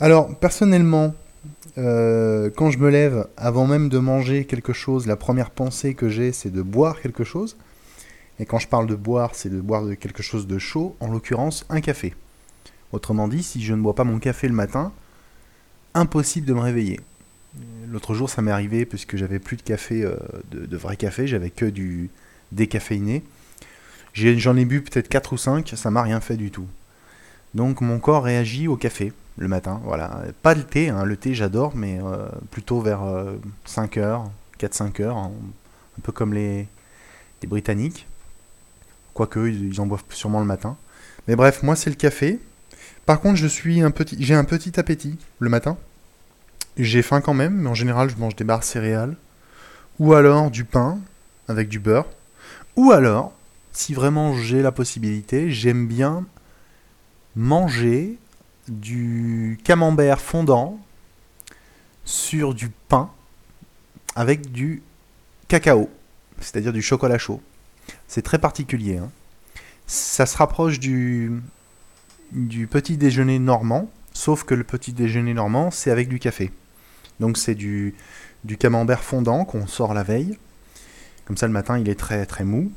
Alors, personnellement, quand je me lève, avant même de manger quelque chose, la première pensée que j'ai, c'est de boire quelque chose. Et quand je parle de boire, c'est de boire quelque chose de chaud, en l'occurrence un café. Autrement dit, si je ne bois pas mon café le matin, impossible de me réveiller. L'autre jour, ça m'est arrivé puisque j'avais plus de café, de vrai café, j'avais que du décaféiné. J'en ai bu peut-être 4 ou 5, ça m'a rien fait du tout. Donc mon corps réagit au café le matin, voilà. Pas le thé, hein. Le thé j'adore, mais plutôt vers 5 heures, 4-5 heures, hein. Un peu comme les Britanniques. Quoique, ils en boivent sûrement le matin. Mais bref, moi c'est le café. Par contre, j'ai un petit appétit le matin. J'ai faim quand même, mais en général, je mange des barres céréales. Ou alors du pain avec du beurre. Ou alors, si vraiment j'ai la possibilité, j'aime bien manger du camembert fondant sur du pain avec du cacao, c'est-à-dire du chocolat chaud. C'est très particulier, hein. Ça se rapproche du petit déjeuner normand, sauf que le petit déjeuner normand, c'est avec du café. Donc c'est du camembert fondant qu'on sort la veille. Comme ça, le matin, il est très très mou.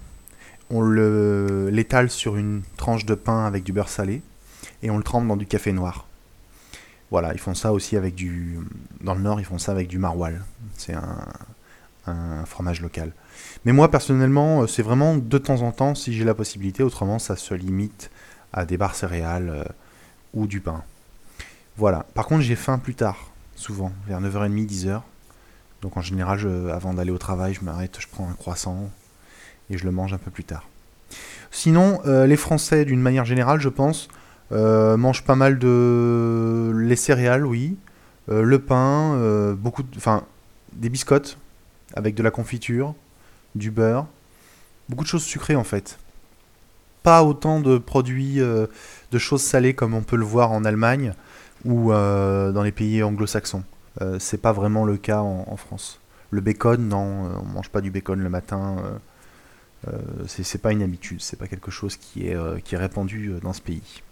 L'étale sur une tranche de pain avec du beurre salé et on le trempe dans du café noir. Voilà, ils font ça aussi avec du... Dans le Nord, ils font ça avec du maroilles. C'est un fromage local. Mais moi, personnellement, c'est vraiment de temps en temps si j'ai la possibilité. Autrement, ça se limite à des barres céréales ou du pain. Voilà. Par contre, j'ai faim plus tard, souvent, vers 9h30, 10h. Donc en général, avant d'aller au travail, je m'arrête, je prends un croissant et je le mange un peu plus tard. Sinon, les Français, d'une manière générale, je pense, mangent pas mal de... Les céréales, oui. Le pain, enfin, des biscottes avec de la confiture, du beurre. Beaucoup de choses sucrées, en fait. Pas autant de produits, de choses salées comme on peut le voir en Allemagne ou dans les pays anglo-saxons. C'est pas vraiment le cas en France. Le bacon, non, on mange pas du bacon le matin. C'est pas une habitude, c'est pas quelque chose qui est répandu dans ce pays.